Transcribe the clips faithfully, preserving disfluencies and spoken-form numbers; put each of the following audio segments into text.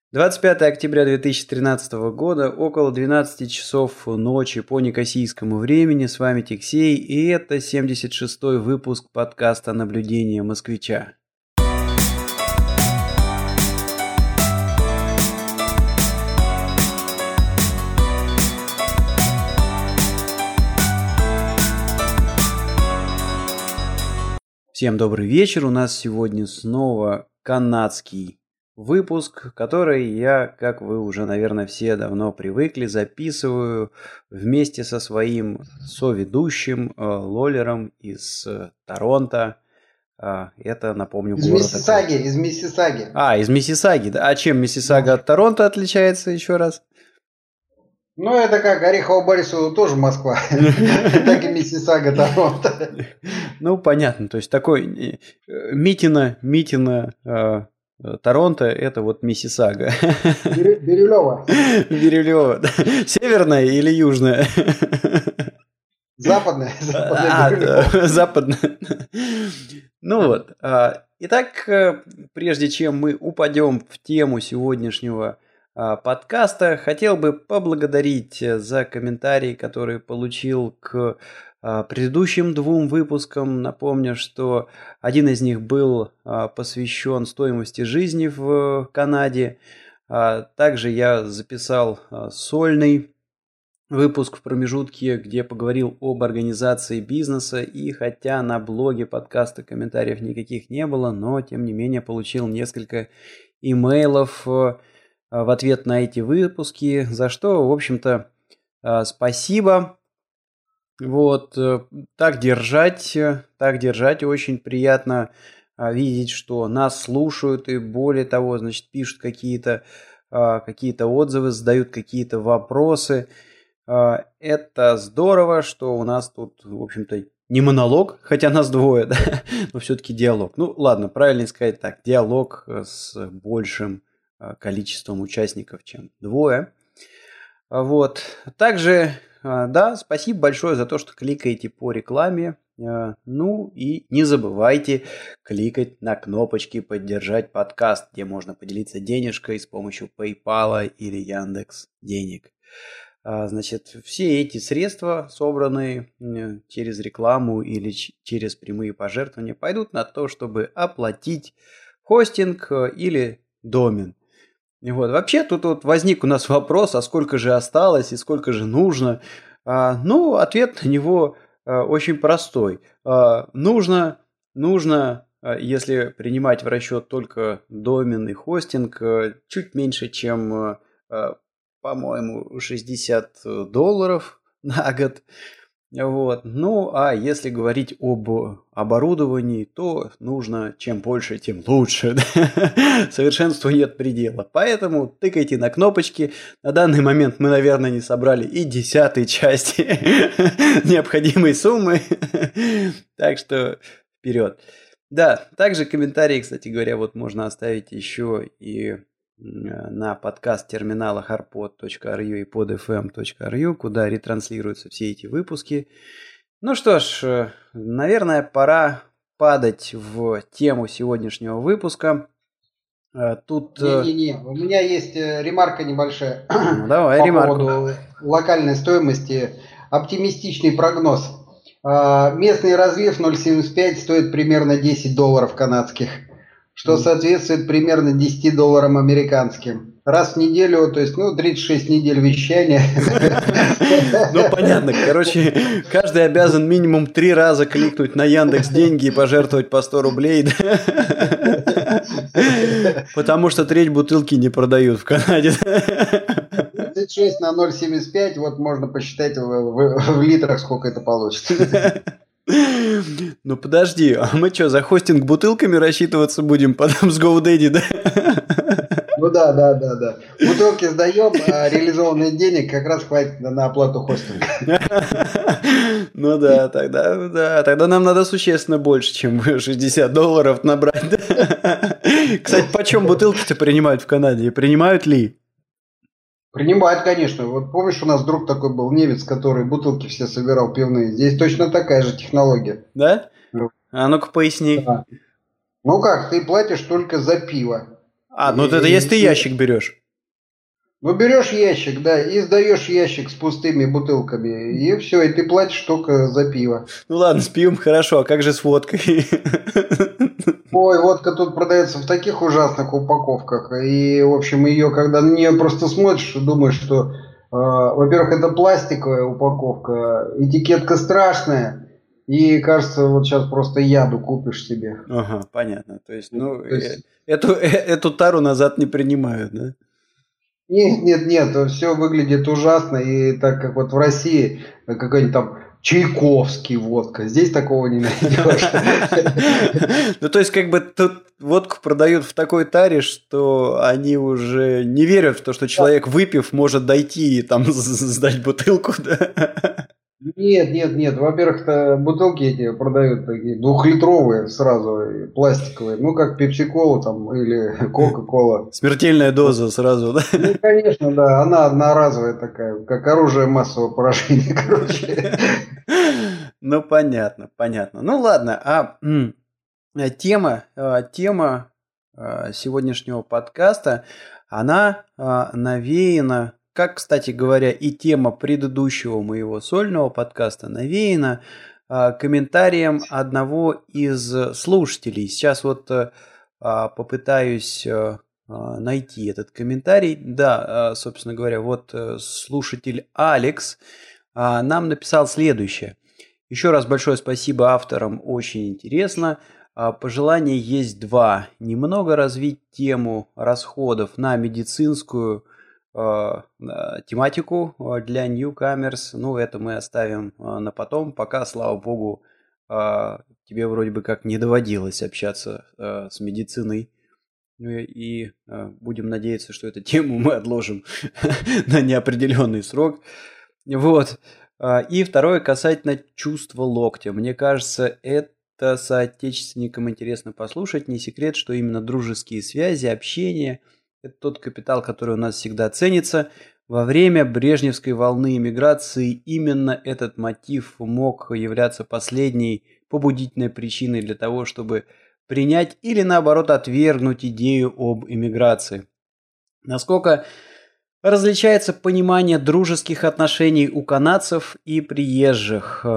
двадцать пятое октября две тысячи тринадцатого года, около двенадцати часов ночи по некосийскому времени. С вами Тексей, и это семьдесят шестой выпуск подкаста «Наблюдение москвича». Всем добрый вечер. У нас сегодня снова канадский выпуск, который я, как вы уже, наверное, все давно привыкли, записываю вместе со своим соведущим э, Лолером из э, Торонто. Э, это, напомню, из город... Миссисаги, такой. из Миссисаги. А, из Миссисаги. Да. А чем Миссисага от Торонто отличается еще раз? Ну, это как Орехово-Борисово тоже Москва, так и Миссисага, Торонто. Ну, понятно, то есть такой Митина, Митина, Торонто, это вот Миссисага. Бирюлево. Бирюлево. Северная или южная? Западная. А, западная. Ну вот. Итак, прежде чем мы упадем в тему сегодняшнего подкаста, хотел бы поблагодарить за комментарии, которые получил к предыдущим двум выпускам. Напомню, что один из них был посвящен стоимости жизни в Канаде. Также я записал сольный выпуск в промежутке, где поговорил об организации бизнеса. И хотя на блоге подкаста комментариев никаких не было, но тем не менее получил несколько имейлов в ответ на эти выпуски, за что, в общем-то, спасибо. Вот, так держать, так держать. Очень приятно видеть, что нас слушают и, более того, значит, пишут какие-то какие-то отзывы, задают какие-то вопросы. Это здорово, что у нас тут, в общем-то, не монолог, хотя нас двое, да, но все-таки диалог. Ну, ладно, правильно сказать так, диалог с большим количеством участников, чем двое. Вот. Также, да, спасибо большое за то, что кликаете по рекламе. Ну и не забывайте кликать на кнопочки «Поддержать подкаст», где можно поделиться денежкой с помощью PayPal или Яндекс.Денег. Значит, все эти средства, собранные через рекламу или через прямые пожертвования, пойдут на то, чтобы оплатить хостинг или домен. И вот. Вообще тут вот возник у нас вопрос, а сколько же осталось и сколько же нужно. А, ну, ответ на него а, очень простой. А, нужно, нужно, а, если принимать в расчет только домен и хостинг, а, чуть меньше, чем, а, по-моему, шестьдесят долларов на год. Вот. Ну, а если говорить об оборудовании, то нужно чем больше, тем лучше. Совершенству нет предела. Поэтому тыкайте на кнопочки. На данный момент мы, наверное, не собрали и десятой части необходимой суммы. Так что вперед. Да, также комментарии, кстати говоря, вот можно оставить еще и на подкаст-терминалах арпод точка ар ю и под эф эм точка ар ю, куда ретранслируются все эти выпуски. Ну что ж, наверное, пора падать в тему сегодняшнего выпуска. Тут... Не-не-не, у меня есть ремарка небольшая. Ну, давай, по ремарку. поводу локальной стоимости. Оптимистичный прогноз. Местный разлив ноль семьдесят пять стоит примерно десять долларов канадских, что соответствует примерно десяти долларам американским. Раз в неделю, то есть, ну, тридцать шесть недель вещания. Ну, понятно. Короче, каждый обязан минимум три раза кликнуть на Яндекс.Деньги и пожертвовать по сто рублей. Потому что треть бутылки не продают в Канаде. тридцать шесть на ноль семьдесят пять, вот можно посчитать в, в, в литрах, сколько это получится. Ну подожди, а мы что, за хостинг бутылками рассчитываться будем потом с GoDaddy, да? Ну да, да, да, да. Бутылки сдаем, а реализованных денег как раз хватит на, на оплату хостинга. Ну да, тогда, да, тогда нам надо существенно больше, чем шестьдесят долларов набрать. Кстати, почем бутылки-то принимают в Канаде? Принимают ли? Принимают, конечно. Вот помнишь, у нас друг такой был, немец, который бутылки все собирал пивные. Здесь точно такая же технология. Да? А ну-ка поясни. Да. Ну как, ты платишь только за пиво. А, ну это если ты ящик берешь. Ну, берешь ящик, да, и сдаешь ящик с пустыми бутылками, и все, и ты платишь только за пиво. Ну ладно, с пивом хорошо, а как же с водкой? Ой, водка тут продается в таких ужасных упаковках, и, в общем, ее, когда на нее просто смотришь, думаешь, что, э, во-первых, это пластиковая упаковка, этикетка страшная, и кажется, вот сейчас просто яду купишь себе. Ага, понятно. То есть, ну, То есть... эту, эту тару назад не принимают, да? Нет, нет, нет, все выглядит ужасно, и так как вот в России какой-нибудь там Чайковский водка, здесь такого не найдешь. Ну, то есть, как бы тут водку продают в такой таре, что они уже не верят в то, что человек, выпив, может дойти и там сдать бутылку, да? Нет, нет, нет. Во-первых, бутылки эти продают такие двухлитровые сразу, пластиковые. Ну, как пепси-кола там или кока-кола. Смертельная доза сразу, да? Ну, конечно, да. Она одноразовая такая, как оружие массового поражения, короче. Ну, понятно, понятно. Ну, ладно. А тема, тема сегодняшнего подкаста, она навеяна, как, кстати говоря, и тема предыдущего моего сольного подкаста навеяна комментарием одного из слушателей. Сейчас вот попытаюсь найти этот комментарий. Да, собственно говоря, вот слушатель Алекс нам написал следующее. Еще раз большое спасибо авторам, очень интересно. Пожелания есть два. Немного развить тему расходов на медицинскую э, тематику для newcomers. Ну, это мы оставим на потом. Пока, слава богу, э, тебе вроде бы как не доводилось общаться э, с медициной. И э, будем надеяться, что эту тему мы отложим на неопределенный срок. Вот. И второе касательно чувства локтя. Мне кажется, это соотечественникам интересно послушать. Не секрет, что именно дружеские связи, общение – это тот капитал, который у нас всегда ценится. Во время брежневской волны эмиграции именно этот мотив мог являться последней побудительной причиной для того, чтобы принять или, наоборот, отвергнуть идею об эмиграции. Насколько различается понимание дружеских отношений у канадцев и приезжих.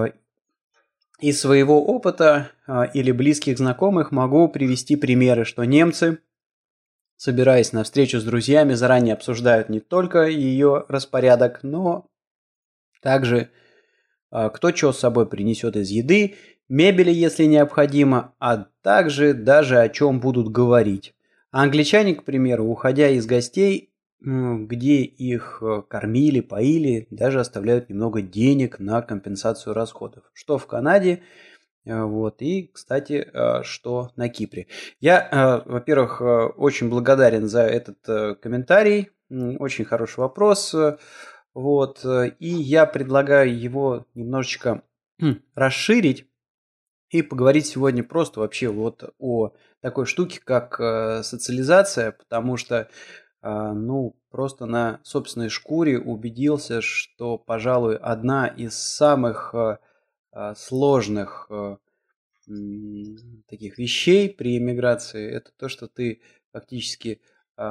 Из своего опыта или близких знакомых могу привести примеры, что немцы, собираясь на встречу с друзьями, заранее обсуждают не только ее распорядок, но также кто что с собой принесет из еды, мебели, если необходимо, а также даже о чем будут говорить. А англичане, к примеру, уходя из гостей, где их кормили, поили, даже оставляют немного денег на компенсацию расходов. Что в Канаде, вот, и, кстати, что на Кипре. Я, во-первых, очень благодарен за этот комментарий, очень хороший вопрос, вот, и я предлагаю его немножечко расширить и поговорить сегодня просто вообще вот о такой штуке, как социализация, потому что ну, просто на собственной шкуре убедился, что, пожалуй, одна из самых сложных таких вещей при эмиграции – это то, что ты фактически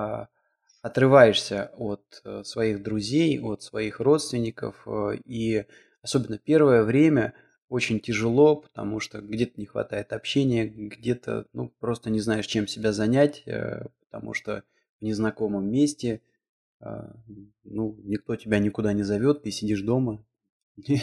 отрываешься от своих друзей, от своих родственников, и особенно первое время очень тяжело, потому что где-то не хватает общения, где-то ну, просто не знаешь, чем себя занять, потому что в незнакомом месте, ну, никто тебя никуда не зовет, ты сидишь дома и,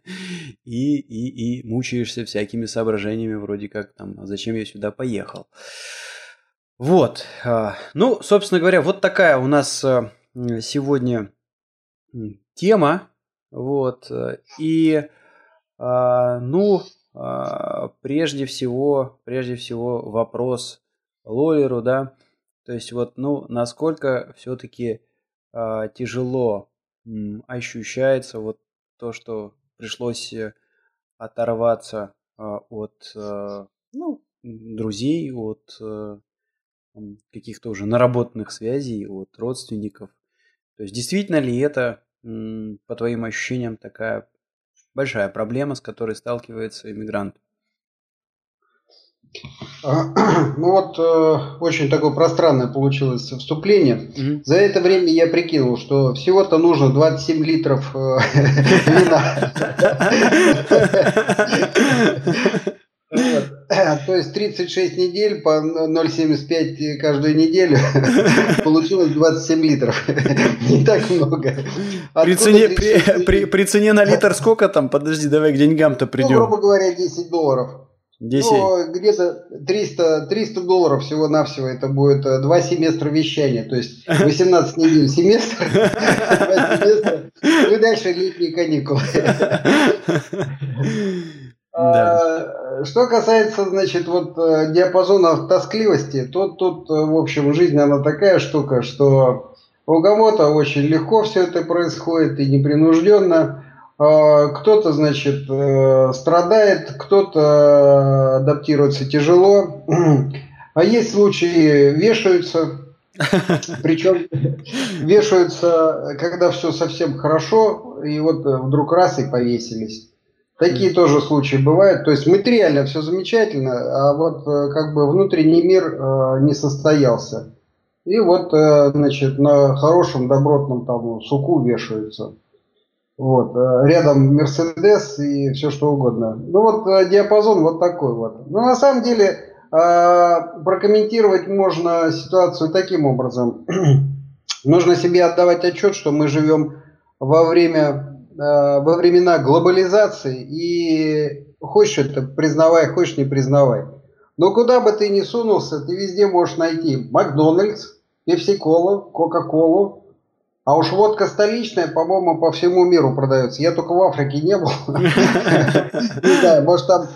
и, и мучаешься всякими соображениями, вроде как там, а зачем я сюда поехал. Вот, ну, собственно говоря, вот такая у нас сегодня тема, вот, и, ну, прежде всего, прежде всего вопрос лоеру, да, то есть вот, ну, насколько все-таки э, тяжело м, ощущается вот то, что пришлось оторваться э, от, э, ну, друзей, от э, каких-то уже наработанных связей, от родственников. То есть действительно ли это, м, по твоим ощущениям, такая большая проблема, с которой сталкивается иммигрант? Ну вот, э, очень такое пространное получилось вступление. Мгм. За это время я прикинул, что всего-то нужно двадцать семь литров э, вина. Вот. То есть тридцать шесть недель по ноль семьдесят пять каждую неделю. Получилось двадцать семь литров. Не так много. При Откуда цене, тридцать при, шесть при, недель? при цене на литр сколько там? Подожди, давай к деньгам-то Ну, грубо придем. говоря, десять долларов. десять. Ну, где-то триста, триста долларов всего-навсего это будет э, два семестра вещания. То есть восемнадцать недель семестр, два семестра, ну и дальше летние каникулы. Да. А, Что касается, значит, вот э, диапазона тоскливости, то тут, э, в общем, жизнь, она такая штука, что у кого-то очень легко все это происходит и непринужденно. А, Кто-то, значит, э, страдает, кто-то адаптируется тяжело. А есть случаи, вешаются, причем вешаются, когда все совсем хорошо, и вот э, вдруг раз и повесились. Такие тоже случаи бывают. То есть материально все замечательно, а вот э, как бы внутренний мир э, не состоялся. И вот, э, значит, на хорошем добротном там суку вешаются. Вот. э, Рядом Мерседес и все что угодно. Ну вот э, диапазон вот такой вот. Но на самом деле э, прокомментировать можно ситуацию таким образом. Нужно себе отдавать отчет, что мы живем во время, э, во времена глобализации, и хочешь это признавай, хочешь не признавай. Но куда бы ты ни сунулся, ты везде можешь найти Макдональдс, Пепси-колу, Кока-колу. А уж водка столичная, по-моему, по всему миру продается. Я только в Африке не был. Не знаю, может там...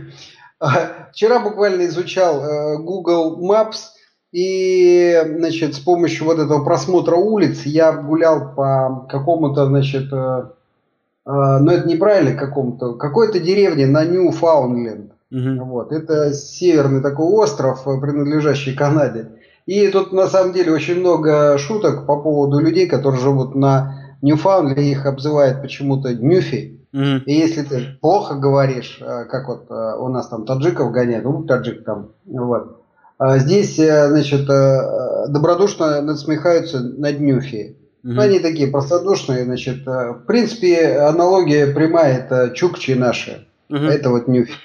Вчера буквально изучал э, Google Maps, и, значит, с помощью вот этого просмотра улиц я гулял по какому-то, значит, э, э, ну это неправильно, какому-то, какой-то деревне на Ньюфаундленд. Мгм. Вот, это северный такой остров, э, принадлежащий Канаде. И тут на самом деле очень много шуток по поводу людей, которые живут на Ньюфаундленде, их обзывают почему-то Ньюфи. Мгм. И если ты плохо говоришь, э, как вот э, у нас там таджиков гоняют, ну таджик там, вот. А здесь, э, значит, э, добродушно насмехаются над Ньюфи. Ну, Мгм. они такие простодушные, значит, э, в принципе, аналогия прямая, это чукчи наши, Мгм. это вот Ньюфи.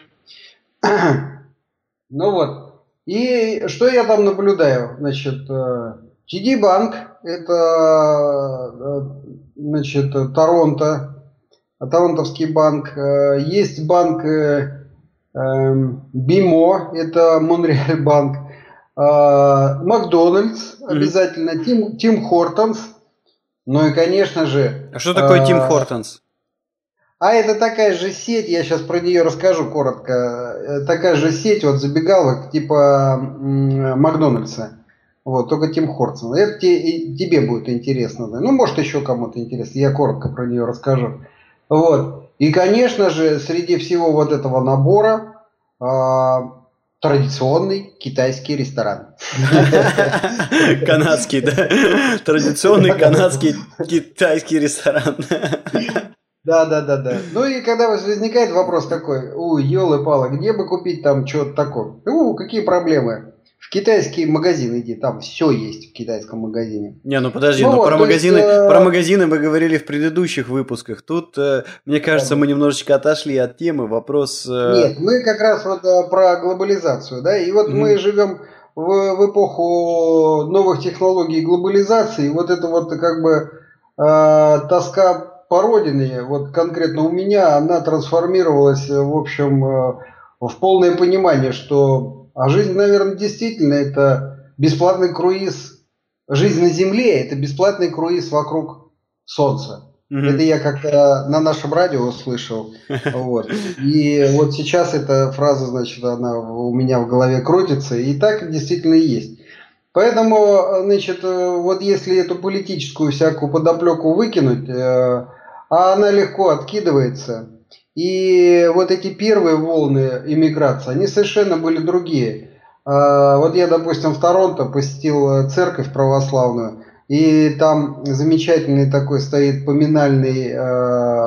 Ну вот. И что я там наблюдаю? Значит, э, ти ди Банк, это, э, значит, Торонто, Торонтовский банк. Э, Есть банк э, эм, Бимо, это Монреаль банк. Э, Макдональдс Мгм. обязательно, Тим, Тим Хортонс. Ну и, конечно же, А что такое Тим э, Хортонс? а это такая же сеть, я сейчас про нее расскажу коротко. Э, Такая же сеть вот забегалок типа м, Макдональдса. Вот, только Тим Хортон. Это те- и тебе будет интересно. Да. Ну, может, еще кому-то интересно. Я коротко про нее расскажу. Вот. И, конечно же, среди всего вот этого набора а, традиционный китайский ресторан. Канадский, да? Традиционный канадский китайский ресторан. Да, да, да, да. Ну и когда у вас возникает вопрос такой, у, елы-палы, где бы купить там что-то такое? У, какие проблемы? В китайский магазин иди, там все есть в китайском магазине. Не, ну подожди, Ну но вот, про то есть, магазины, э, про магазины мы говорили в предыдущих выпусках. Тут, э, мне кажется, ладно. мы немножечко отошли от темы. Вопрос. э, Нет, мы как раз вот э, про глобализацию, да, и вот мы мгм, живем в, в эпоху новых технологий и глобализации, и вот это вот как бы э, тоска по родине, вот конкретно у меня, она трансформировалась, э, в общем, э, в полное понимание, что, а жизнь, наверное, действительно это бесплатный круиз, жизнь на Земле это бесплатный круиз вокруг Солнца. Это мгм. я как-то на нашем радио услышал. Вот. И вот сейчас эта фраза, значит, она у меня в голове крутится, и так действительно и есть. Поэтому, значит, э, вот если эту политическую всякую подоплеку выкинуть, э, а она легко откидывается, и вот эти первые волны иммиграции, они совершенно были другие. А, Вот я, допустим, в Торонто посетил э, церковь православную, и там замечательный такой стоит поминальный э,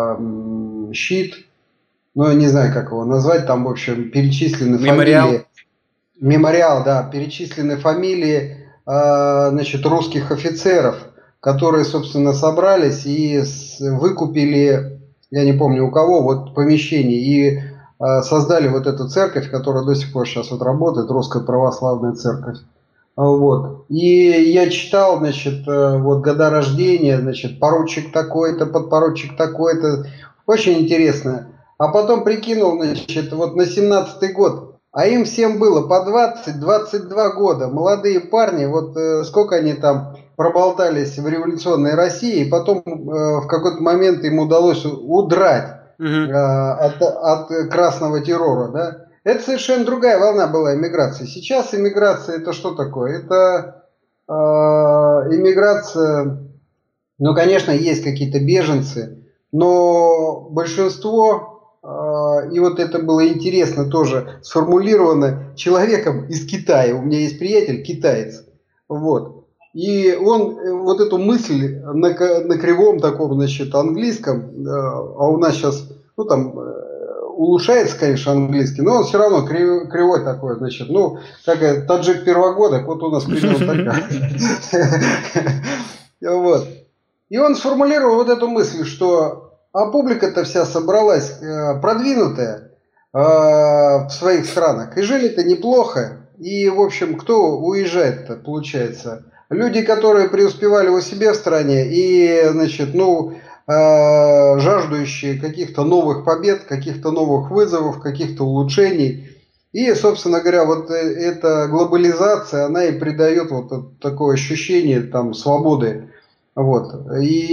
м, щит, ну, я не знаю, как его назвать, там, в общем, перечислены Мемориал. фамилии. Мемориал, да, перечислены фамилии, значит, русских офицеров, которые, собственно, собрались и выкупили, я не помню у кого, вот помещение, и создали вот эту церковь, которая до сих пор сейчас вот работает, Русская Православная Церковь. Вот. И я читал, значит, вот года рождения, значит, поручик такой-то, подпоручик такой-то, очень интересно. А потом прикинул, значит, вот на семнадцатый год, а им всем было по двадцать-двадцать два года. Молодые парни, вот э, сколько они там проболтались в революционной России, и потом э, в какой-то момент им удалось удрать угу. э, от, от красного террора, да. Это совершенно другая волна была иммиграции. Сейчас иммиграция это что такое? Это э, иммиграция, ну, конечно, есть какие-то беженцы, но большинство... И вот это было интересно тоже сформулировано человеком из Китая. У меня есть приятель китаец. Вот. И он вот эту мысль на, на кривом таком, значит, английском, а у нас сейчас, ну там, улучшается, конечно, английский, но он все равно крив, кривой такой, значит, ну, как таджик первогодок, вот у нас примерно такая. Вот. И он сформулировал вот эту мысль, что а публика-то вся собралась э, продвинутая э, в своих странах. И жили-то неплохо. И, в общем, кто уезжает-то, получается? Люди, которые преуспевали у себя в стране и, значит, ну, э, жаждущие каких-то новых побед, каких-то новых вызовов, каких-то улучшений. И, собственно говоря, вот эта глобализация, она и придает вот такое ощущение там свободы. Вот.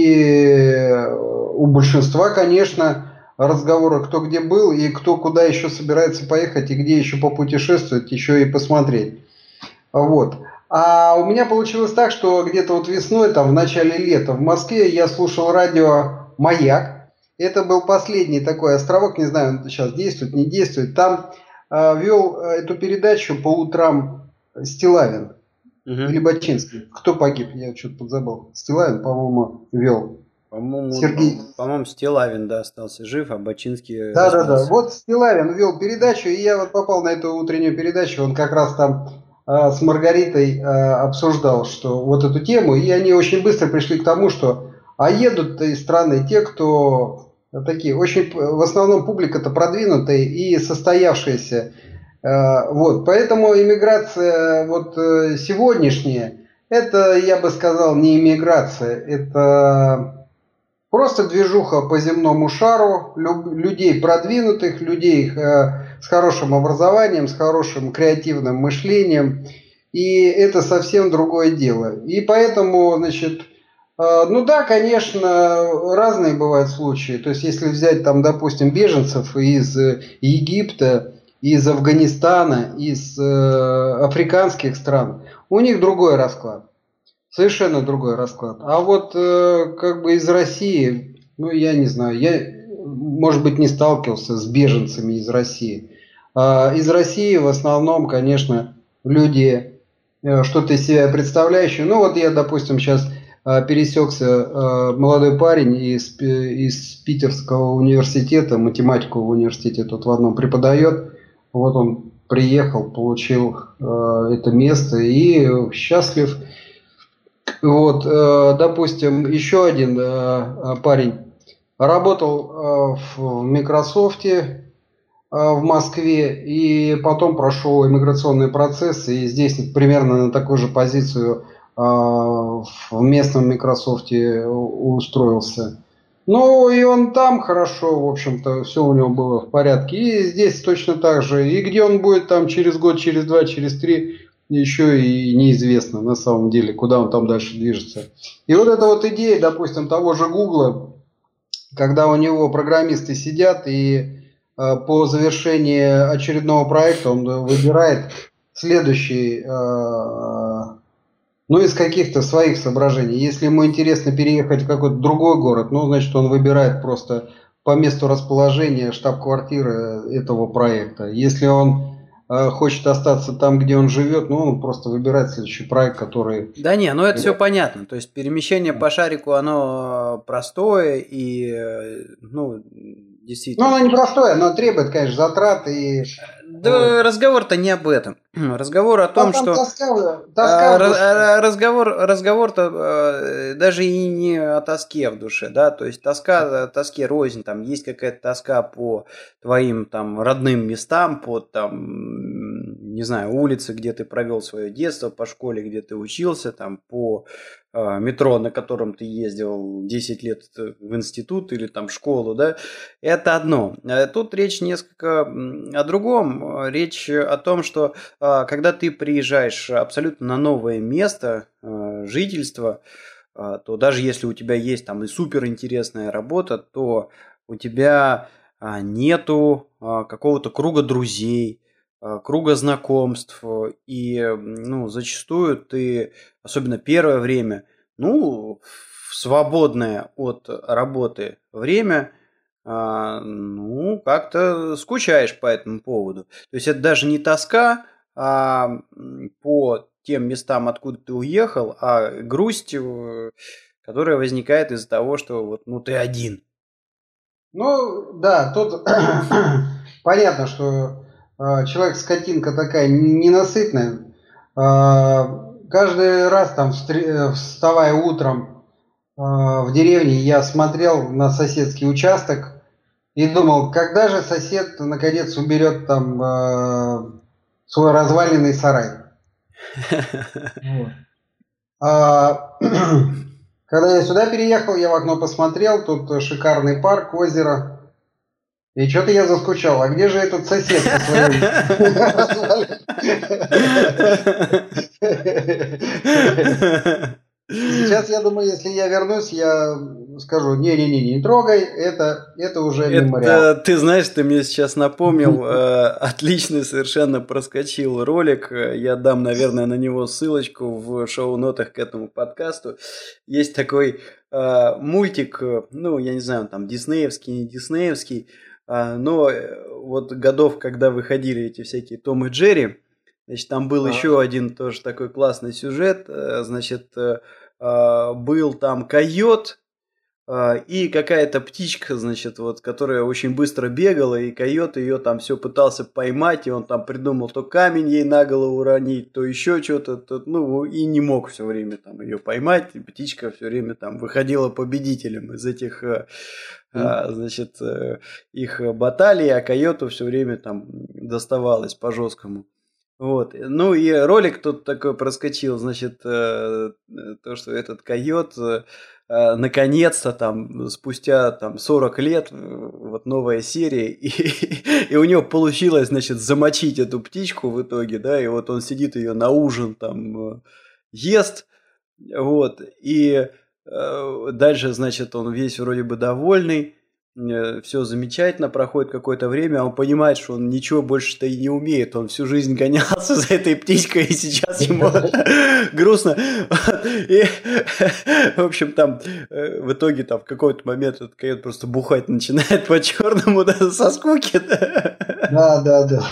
И у большинства, конечно, разговоры, кто где был и кто куда еще собирается поехать и где еще попутешествовать, еще и посмотреть. Вот. А у меня получилось так, что где-то вот весной, там в начале лета в Москве я слушал радио «Маяк». Это был последний такой островок, не знаю, он сейчас действует, не действует. Там э, вел эту передачу по утрам Стилавин. Угу. Или Бачинский. Кто погиб? Я что-то подзабыл. Стилавин, по-моему, вел. По-моему, Сергей... по-моему, Стилавин, да, остался жив, а Бачинский... Да, да, да. Вот Стилавин вел передачу, и я вот попал на эту утреннюю передачу. Он как раз там э, с Маргаритой э, обсуждал, что вот эту тему, и они очень быстро пришли к тому, что а едут-то из страны те, кто такие, очень, в основном публика-то продвинутая и состоявшаяся. Вот, поэтому иммиграция вот сегодняшняя, это, я бы сказал, не иммиграция, это просто движуха по земному шару, людей продвинутых, людей с хорошим образованием, с хорошим креативным мышлением, и это совсем другое дело. И поэтому, значит, ну да, конечно, разные бывают случаи, то есть если взять там, допустим, беженцев из Египта, из Афганистана, из э, африканских стран, у них другой расклад. Совершенно другой расклад. А вот э, как бы из России, ну я не знаю, я, может быть, не сталкивался с беженцами из России. А из России в основном, конечно, люди э, что-то из себя представляющие. Ну вот я, допустим, сейчас э, пересекся, э, молодой парень из, из Питерского университета, математику в университете тут в одном преподает. Вот он приехал, получил э, это место и счастлив. Вот, э, допустим, еще один э, парень работал э, в Microsoft э, в Москве и потом прошел иммиграционный процесс и здесь примерно на такую же позицию э, в местном Microsoft устроился. Ну, и он там хорошо, в общем-то, все у него было в порядке. И здесь точно так же. И где он будет там через год, через два, через три, еще и неизвестно на самом деле, куда он там дальше движется. И вот эта вот идея, допустим, того же Гугла, когда у него программисты сидят и э, по завершении очередного проекта он выбирает следующий... Э, Ну, из каких-то своих соображений. Если ему интересно переехать в какой-то другой город, ну, значит, он выбирает просто по месту расположения штаб-квартиры этого проекта. Если он э, хочет остаться там, где он живет, ну, он просто выбирает следующий проект, который... Да не, ну это все понятно. То есть перемещение по шарику, оно простое и, ну, действительно... Ну, оно не простое, оно требует, конечно, затрат и... Да, вот. Разговор-то не об этом. Разговор о том, что... Тоска, тоска а, разговор, разговор-то даже и не о тоске в душе, да, то есть тоска, тоске рознь, там есть какая-то тоска по твоим там родным местам, по там, не знаю, улице, где ты провел свое детство, по школе, где ты учился, там, по метро, на котором ты ездил десять лет в институт или там в школу, да, это одно. Тут речь несколько о другом. Речь о том, что когда ты приезжаешь абсолютно на новое место жительства, то даже если у тебя есть там и суперинтересная работа, то у тебя нету какого-то круга друзей, круга знакомств, и ну, зачастую ты, особенно первое время, ну, в свободное от работы время, ну, как-то скучаешь по этому поводу. То есть это даже не тоска а, по тем местам, откуда ты уехал, а грусть, которая возникает из-за того, что вот, ну, ты один. Ну, да, тут понятно, что человек-скотинка такая ненасытная. Каждый раз там, вставая утром в деревне, я смотрел на соседский участок и думал, когда же сосед наконец уберет там свой разваленный сарай. Когда я сюда переехал, я в окно посмотрел, тут шикарный парк, озеро. И что-то я заскучал. А где же этот сосед со своим? Сейчас, я думаю, если я вернусь, я скажу, не-не-не, не трогай, это, это уже мемориал. Это, ты знаешь, ты мне сейчас напомнил, э, отличный совершенно проскочил ролик, я дам, наверное, на него ссылочку в шоу-нотах к этому подкасту. Есть такой э, мультик, ну, я не знаю, там, диснеевский, не диснеевский, э, но вот годов, когда выходили эти всякие Том и Джерри, значит, там был а. еще один тоже такой классный сюжет, э, значит, э, был там койот и какая-то птичка, значит, вот, которая очень быстро бегала, и койот ее там все пытался поймать, и он там придумал то камень ей на голову уронить, то еще что-то, то, ну, и не мог все время там ее поймать, и птичка все время там выходила победителем из этих, mm. значит, их баталий, а койоту все время там доставалось по жесткому. Вот. Ну и ролик тут такой проскочил, значит, то, что этот койот наконец-то там спустя там сорок лет, вот новая серия, и, и у него получилось, значит, замочить эту птичку в итоге, да, и вот он сидит ее на ужин там ест, вот, и дальше, значит, он весь вроде бы довольный, все замечательно, проходит какое-то время, а он понимает, что он ничего больше-то и не умеет, он всю жизнь гонялся за этой птичкой, и сейчас ему грустно. И, в общем, там в итоге там в какой-то момент этот койот просто бухать начинает по-черному, да, со скуки. Да, да, да.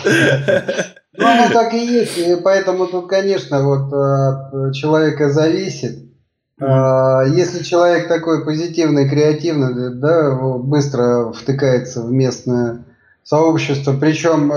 Ну, оно так и есть, и поэтому тут, конечно, вот от человека зависит. Mm-hmm. Если человек такой позитивный, креативный, да, быстро втыкается в местное сообщество, причем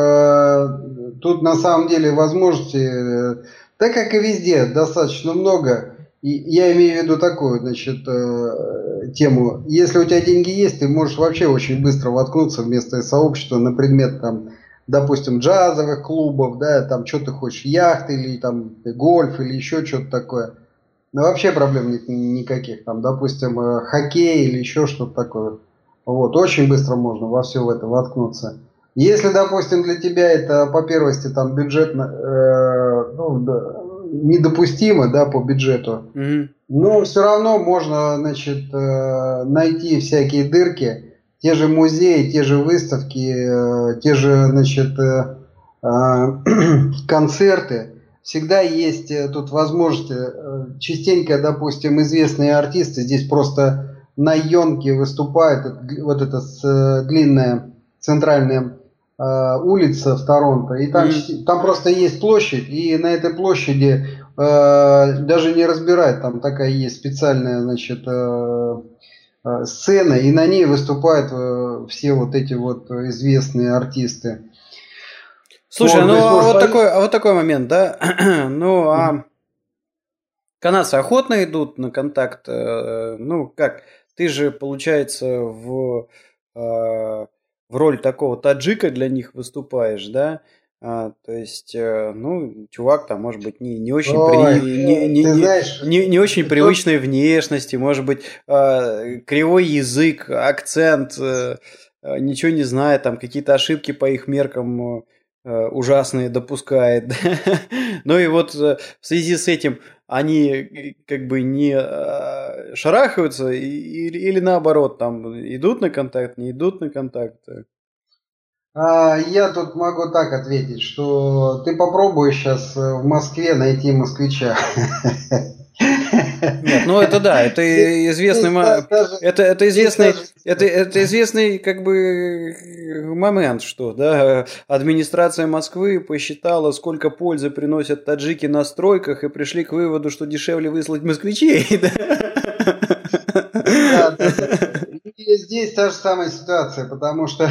э, тут на самом деле возможностей, э, так как и везде, достаточно много. И я имею в виду такую, значит, э, тему. Если у тебя деньги есть, ты можешь вообще очень быстро воткнуться в местное сообщество на предмет там, допустим, джазовых клубов, да, там что ты хочешь, яхты или там гольф или еще что-то такое. Ну, вообще проблем нет никаких. Там, допустим, хоккей или еще что-то такое. Вот, очень быстро можно во все в это воткнуться. Если, допустим, для тебя это по первости там бюджетно, э, ну, да, недопустимо, да, по бюджету, mm-hmm. но все равно можно, значит, э, найти всякие дырки, те же музеи, те же выставки, э, те же, значит, э, э, концерты. Всегда есть тут возможности, частенько, допустим, известные артисты здесь просто на Йонке выступают, вот эта длинная центральная э, улица в Торонто, и там, mm-hmm. там просто есть площадь, и на этой площади э, даже не разбирают, там такая есть специальная, значит, э, э, сцена, и на ней выступают э, все вот эти вот известные артисты. Слушай, ну, ну а, вот такой, а вот такой момент, да? Ну, а mm-hmm. канадцы охотно идут на контакт. Ну, как? Ты же, получается, в, в роль такого таджика для них выступаешь, да? А, то есть, ну, чувак там, может быть, не, не очень, Ой, при, не, не, не, знаешь, не, не очень привычной тут... внешности, может быть, кривой язык, акцент, ничего не знает, там какие-то ошибки по их меркам ужасные допускает. Ну и вот в связи с этим они как бы не шарахаются или, или наоборот, там идут на контакт, не идут на контакт. Я тут могу так ответить, что ты попробуй сейчас в Москве найти москвича. Нет, ну это да, это известный, это, это известный, это, это известный как бы момент, что да, администрация Москвы посчитала, сколько пользы приносят таджики на стройках, и пришли к выводу, что дешевле выслать москвичей. Да, да, да. И здесь та же самая ситуация, потому что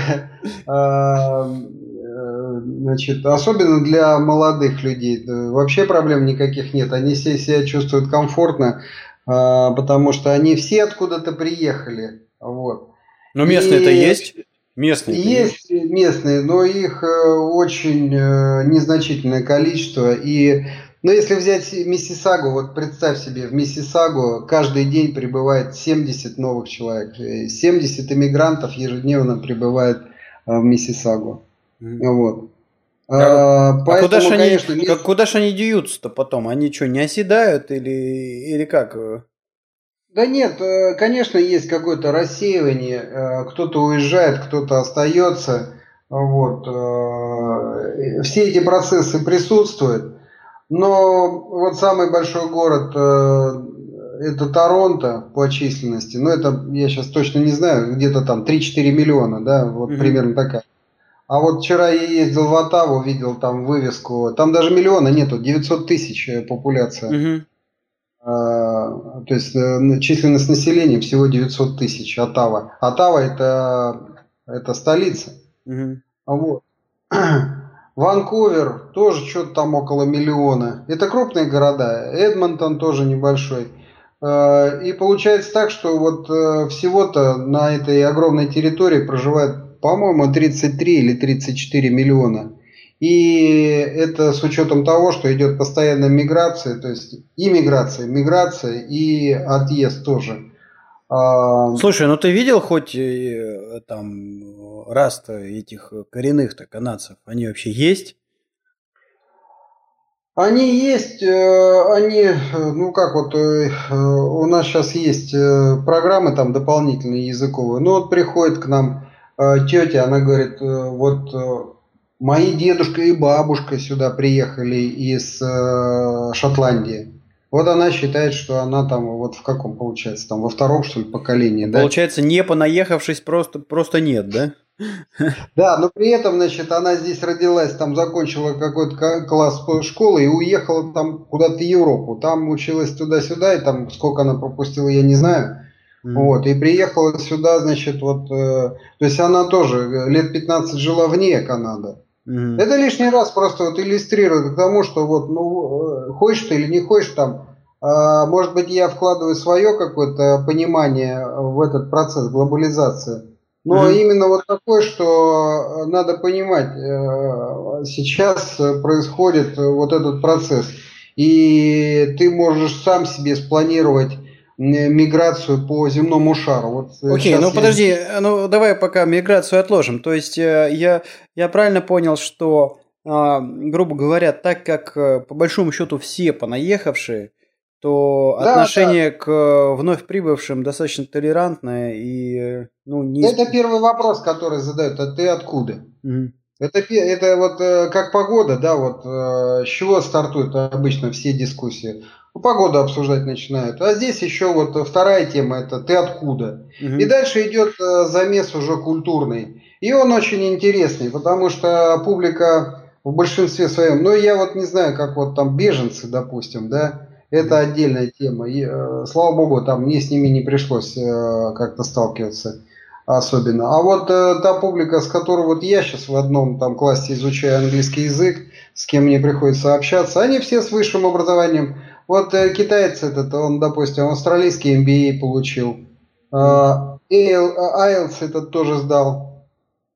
значит, особенно для молодых людей вообще проблем никаких нет. Они все себя чувствуют комфортно, потому что они все откуда-то приехали. Вот. Но местные-то и есть? Местные есть, есть местные, но их очень незначительное количество. И, ну, если взять Миссисагу, вот представь себе, в Миссисагу каждый день прибывает семьдесят новых человек. семьдесят иммигрантов ежедневно прибывает в Миссисагу. Mm. Вот. А, а поэтому, куда же они, конечно, мест... куда ж они деются-то потом? Они что, не оседают или, или как? Да нет, конечно, есть какое-то рассеивание. Кто-то уезжает, кто-то остается. Вот. Все эти процессы присутствуют. Но вот самый большой город это Торонто по численности. Но это я сейчас точно не знаю, где-то там три-четыре миллиона, да, вот mm-hmm. примерно такая. А вот вчера я ездил в Оттаву, видел там вывеску, там даже миллиона нету, девятьсот тысяч популяция. Uh-huh. А, то есть численность населения всего девятьсот тысяч, Оттава. Оттава это, это столица. Uh-huh. Вот. Ванкувер тоже что-то там около миллиона. Это крупные города. Эдмонтон тоже небольшой. И получается так, что вот всего-то на этой огромной территории проживает, по-моему, тридцать три или тридцать четыре миллиона. И это с учетом того, что идет постоянная миграция, то есть и миграция, миграция и отъезд тоже. Слушай, ну ты видел хоть там раз-то этих коренных-то канадцев? Они вообще есть? Они есть, они, ну как вот, у нас сейчас есть программы там дополнительные языковые. Ну вот приходит к нам тетя, она говорит, вот мои дедушка и бабушка сюда приехали из Шотландии. Вот она считает, что она там, вот в каком получается, там во втором, что ли, поколении, да? Получается, не понаехавшись, просто, просто нет, да? Да, но при этом, значит, она здесь родилась, там закончила какой-то класс школы и уехала там куда-то в Европу. Там училась туда-сюда, и там сколько она пропустила, я не знаю. Mm-hmm. Вот, и приехала сюда, значит, вот, э, то есть она тоже лет пятнадцать жила вне Канады. Mm-hmm. Это лишний раз просто вот иллюстрирует к тому, что вот, ну, хочешь ты или не хочешь там, э, может быть, я вкладываю свое какое-то понимание в этот процесс глобализации. Но mm-hmm. именно вот такое, что надо понимать, э, сейчас происходит вот этот процесс, и ты можешь сам себе спланировать миграцию по земному шару. Вот Окей, okay, ну я... подожди, ну давай пока миграцию отложим. То есть я, я правильно понял, что, грубо говоря, так как по большому счету все понаехавшие, то да, отношение да. к вновь прибывшим достаточно толерантное и ну не. Это первый вопрос, который задают. А ты откуда? Mm-hmm. Это, это вот как погода, да, вот с чего стартуют обычно все дискуссии? Ну, погоду обсуждать начинают. А здесь еще вот вторая тема, это ты откуда? Угу. И дальше идет замес уже культурный. И он очень интересный, потому что публика в большинстве своем, ну я вот не знаю, как вот там беженцы, допустим, да, это отдельная тема. И, слава богу, там мне с ними не пришлось как-то сталкиваться. особенно. А вот э, та публика, с которой вот я сейчас в одном там классе изучаю английский язык, с кем мне приходится общаться, они все с высшим образованием. Вот э, китаец этот, он, допустим, австралийский эм би эй получил, э, айлтс этот тоже сдал.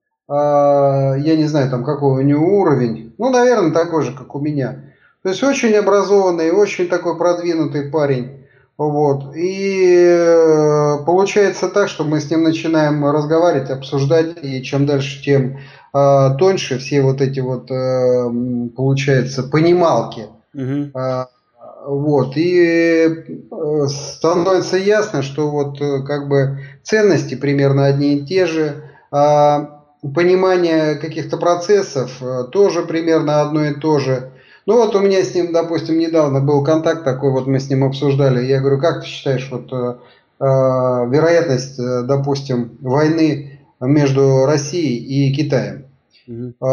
Э, я не знаю, там какой у него уровень. Ну, наверное, такой же, как у меня. То есть очень образованный, очень такой продвинутый парень. Вот. И э, получается так, что мы с ним начинаем разговаривать, обсуждать, и чем дальше, тем э, тоньше все вот эти вот, э, получается, понималки. Мгм. Э, вот. И э, становится ясно, что вот э, как бы ценности примерно одни и те же, а понимание каких-то процессов э, тоже примерно одно и то же. Ну вот у меня с ним, допустим, недавно был контакт такой, вот мы с ним обсуждали. Я говорю, как ты считаешь, вот э, э, вероятность, э, допустим, войны между Россией и Китаем? Мгм. Э,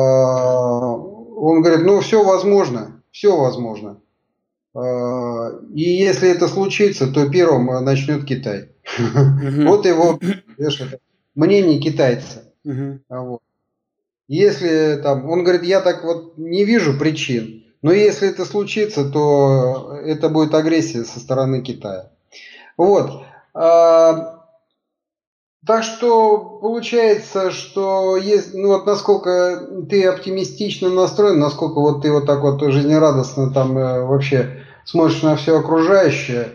он говорит, ну все возможно, все возможно. Э, и если это случится, то первым начнет Китай. Мгм. Вот его, видишь, это мнение китайца. Мгм. А вот. Если там, он говорит, я так вот не вижу причин, но если это случится, то это будет агрессия со стороны Китая. Вот. А, так что получается, что есть, ну вот насколько ты оптимистично настроен, насколько вот ты вот так вот жизнерадостно там э, вообще смотришь на все окружающее,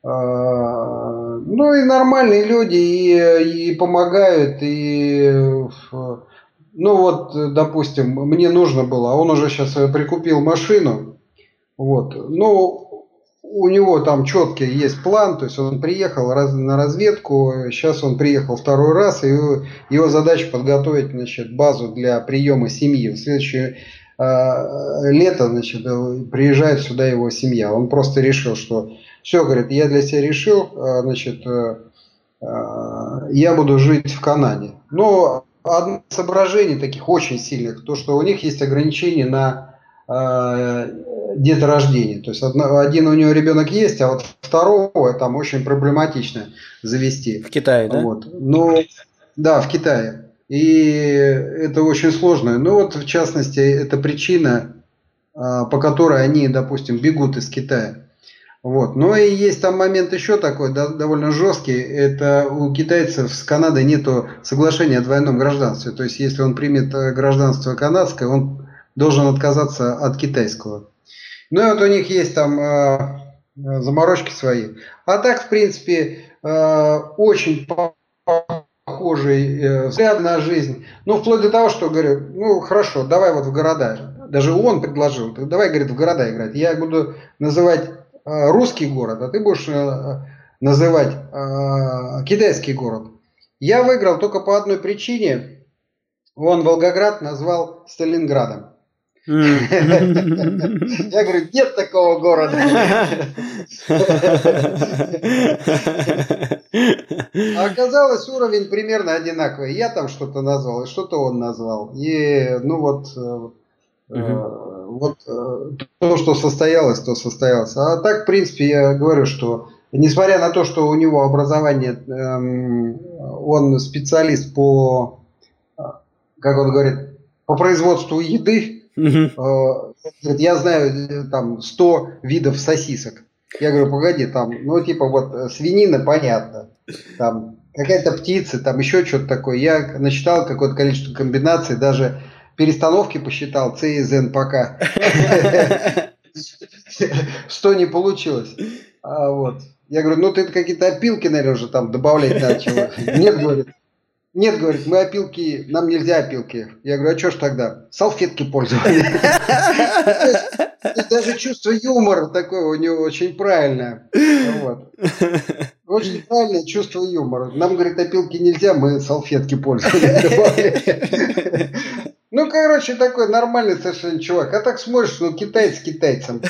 а, ну и нормальные люди и, и помогают, и э, ну вот, допустим, мне нужно было, а он уже сейчас прикупил машину, вот, ну, у него там четкий есть план, то есть он приехал раз, на разведку, сейчас он приехал второй раз, и его, его задача подготовить, значит, базу для приема семьи. В следующее э, лето, значит, приезжает сюда его семья. Он просто решил, что все, говорит, я для себя решил, э, значит, э, э, я буду жить в Канаде. Но одно из соображений таких очень сильных, то, что у них есть ограничения на э, деторождения. То есть одно, один у него ребенок есть, а вот второго там очень проблематично завести. В Китае, да? Вот. Но, да, в Китае. И это очень сложно. Ну вот, в частности, это причина, э, по которой они, допустим, бегут из Китая. Вот. Но и есть там момент еще такой, да, довольно жесткий. Это у китайцев с Канадой нету соглашения о двойном гражданстве. То есть, если он примет гражданство канадское, он должен отказаться от китайского. Ну и вот у них есть там э, заморочки свои. А так, в принципе, э, очень похожий э, взгляд на жизнь. Ну, вплоть до того, что говорю, ну, хорошо, давай вот в города. Даже он предложил, давай, говорит, в города играть. Я буду называть русский город, а ты будешь э, называть э, китайский город. Я выиграл только по одной причине. Он Волгоград назвал Сталинградом. Я говорю, нет такого города. А оказалось, уровень примерно одинаковый. Я там что-то назвал, и что-то он назвал. И ну вот... Вот то, что состоялось, то состоялось. А так, в принципе, я говорю, что несмотря на то, что у него образование, эм, он специалист по, как он говорит, по производству еды, э, я знаю там сто видов сосисок. Я говорю, погоди, там, ну типа вот свинина, понятно, там какая-то птица, там еще что-то такое. Я начитал какое-то количество комбинаций, даже перестановки посчитал, Ц и Зен пока. Что не получилось. А вот. Я говорю, ну ты какие-то опилки, наверное, уже там добавлять начал. Нет, говорит. Нет, говорит, мы опилки, нам нельзя опилки. Я говорю, а что ж тогда? Салфетки пользовались. Даже чувство юмора такое у него очень правильное. Вот. Очень правильное чувство юмора. Нам, говорит, опилки нельзя, мы салфетки пользовались. Ну, короче, такой нормальный совершенно чувак. А так смотришь, ну, китаец китайцем.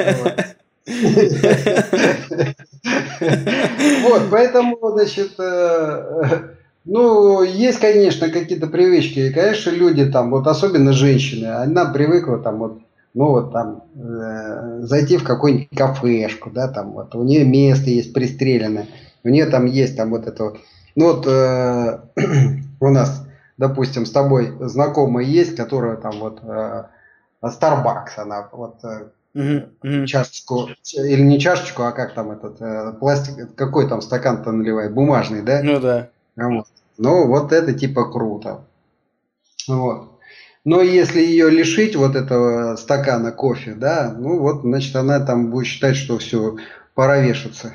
Вот, поэтому, значит, ну, есть, конечно, какие-то привычки. И, конечно, люди там, вот особенно женщины, она привыкла там вот, ну, вот там, зайти в какую-нибудь кафешку, да, там вот, у нее место есть пристреленное, у нее там есть там вот это Ну вот э, у нас, допустим, с тобой знакомая есть, которая там вот э, Starbucks, она вот э, Мгм, мгм. чашечку, или не чашечку, а как там этот э, пластик, какой там стакан-то наливает, бумажный, да? Ну да. Вот. Ну вот это типа круто. Вот. Но если ее лишить вот этого стакана кофе, да, ну вот, значит, она там будет считать, что все, пора вешаться.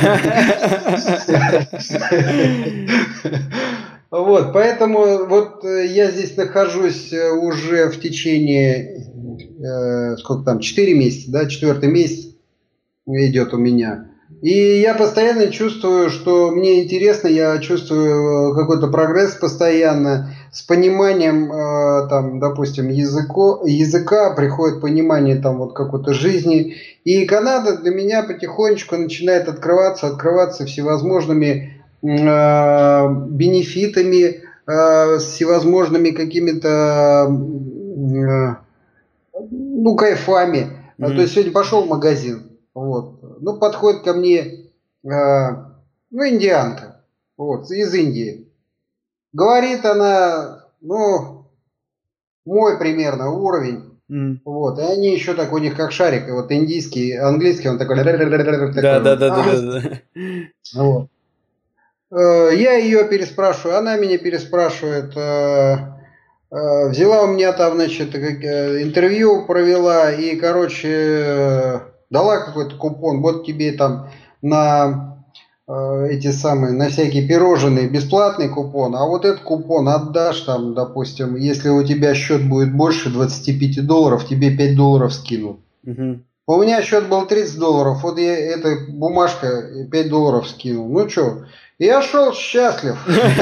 Вот, поэтому вот э, я здесь нахожусь э, уже в течение, э, сколько там, четыре месяца, да, четвертый месяц идет у меня. И я постоянно чувствую, что мне интересно, я чувствую э, какой-то прогресс постоянно, с пониманием, э, там, допустим, языко, языка, приходит понимание там вот какой-то жизни. И Канада для меня потихонечку начинает открываться, открываться всевозможными э, бенефитами, э, всевозможными какими-то э, ну, кайфами. А, То Мгм. есть сегодня пошел в магазин, вот, ну, подходит ко мне, э, ну, индианка, вот, из Индии. Говорит она, ну, мой примерно уровень, Мгм. вот, и они еще так, у них как шарик, вот индийский, английский, он такой, Да, такой да, вот. да, да, да, да. Вот. Э, Я ее переспрашиваю, она меня переспрашивает. э, э, Взяла у меня там, значит, как, э, интервью провела и, короче, э, дала какой-то купон. Вот тебе там на э, эти самые, на всякие пирожные бесплатный купон, а вот этот купон отдашь там, допустим, если у тебя счет будет больше двадцати пяти долларов, тебе пять долларов скинут. Мгм. У меня счет был тридцать долларов, вот я эта бумажка пять долларов скинул. Ну что, я шел счастлив.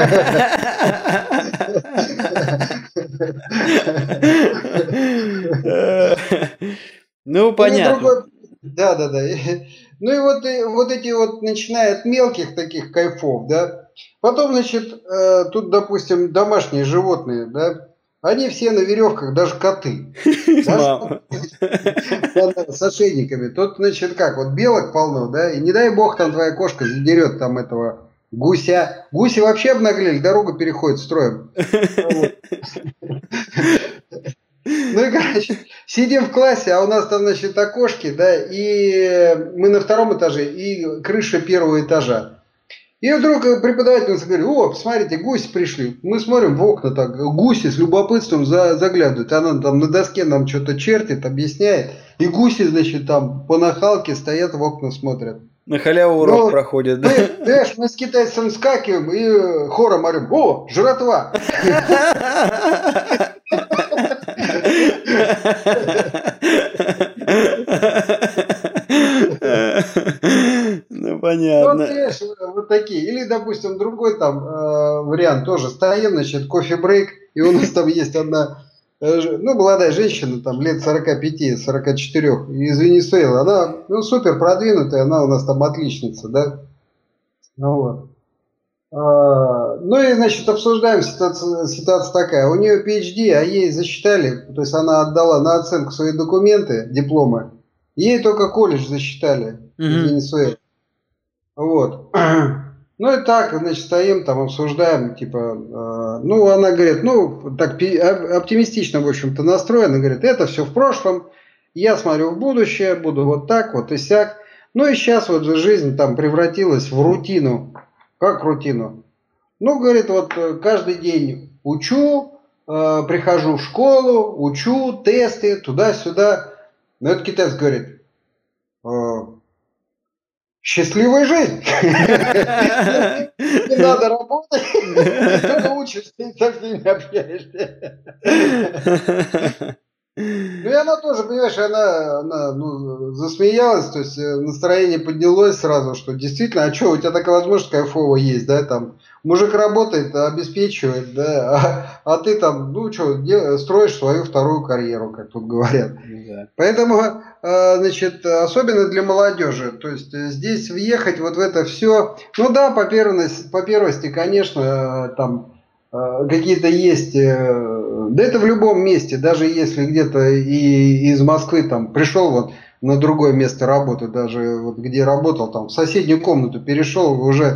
Ну, Или понятно. другой, да, да, да. Ну и вот, и вот эти вот, начиная от мелких таких кайфов, да. Потом, значит, э, тут, допустим, домашние животные, да, они все на веревках, даже коты. Даже Мама. да, с ошейниками. Тут, значит, как, вот белок полно, да, и не дай бог там твоя кошка задерет там этого гуся. Гуси вообще обнаглели, дорогу переходят строем. Вот. Ну и, короче, сидим в классе, а у нас там, значит, окошки, да, и мы на втором этаже, и крыша первого этажа. И вдруг преподавательница говорит: о, посмотрите, гуси пришли. Мы смотрим в окна так, гуси с любопытством за, заглядывают. Она там на доске нам что-то чертит, объясняет. И гуси, значит, там по нахалке стоят в окна смотрят. На халяву урок Ну, проходит, да? мы, знаешь, мы с китайцем скакиваем и хором орем: о, жратва! Ну, Ну, вот, понятно. понимаешь, вот такие. Или, допустим, другой там э, вариант тоже. Стоим, значит, кофе-брейк, и у нас там есть одна, э, ж- ну, молодая женщина, там, лет сорока пяти сорока четырёх, из Венесуэлы. Она, ну, супер продвинутая, она у нас там отличница, да. Ну, вот. А, ну и, значит, обсуждаем ситуацию, ситуация такая. У нее пи эйч ди, а ей засчитали, то есть она отдала на оценку свои документы, дипломы. Ей только колледж засчитали из Мгм. Венесуэлы. Вот. Ну и так, значит, стоим там, обсуждаем, типа, э, ну, она говорит, ну, так пи- оп- оптимистично, в общем-то, настроена, говорит, это все в прошлом, я смотрю в будущее, буду вот так, вот и сяк. Ну и сейчас вот жизнь там превратилась в рутину. Как рутину? Ну, говорит, вот э, каждый день учу, э, прихожу в школу, учу, тесты, туда-сюда. Но этот китаец говорит: «Э, счастливая жизнь. Не надо работать, ты только учишься и со всеми общаешься». Ну и она тоже, понимаешь, она, она ну, засмеялась, то есть э, настроение поднялось сразу, что действительно, а что, у тебя такая возможность кайфовая есть, да, там, мужик работает, обеспечивает, да, а, а ты там, ну что, строишь свою вторую карьеру, как тут говорят. Да. Поэтому, э, значит, особенно для молодежи, то есть э, здесь въехать вот в это все, ну да, по первости, по первости, конечно, э, там э, какие-то есть, э, да это в любом месте, даже если где-то и из Москвы там пришел вот на другое место работы, даже вот где работал, там в соседнюю комнату перешел, уже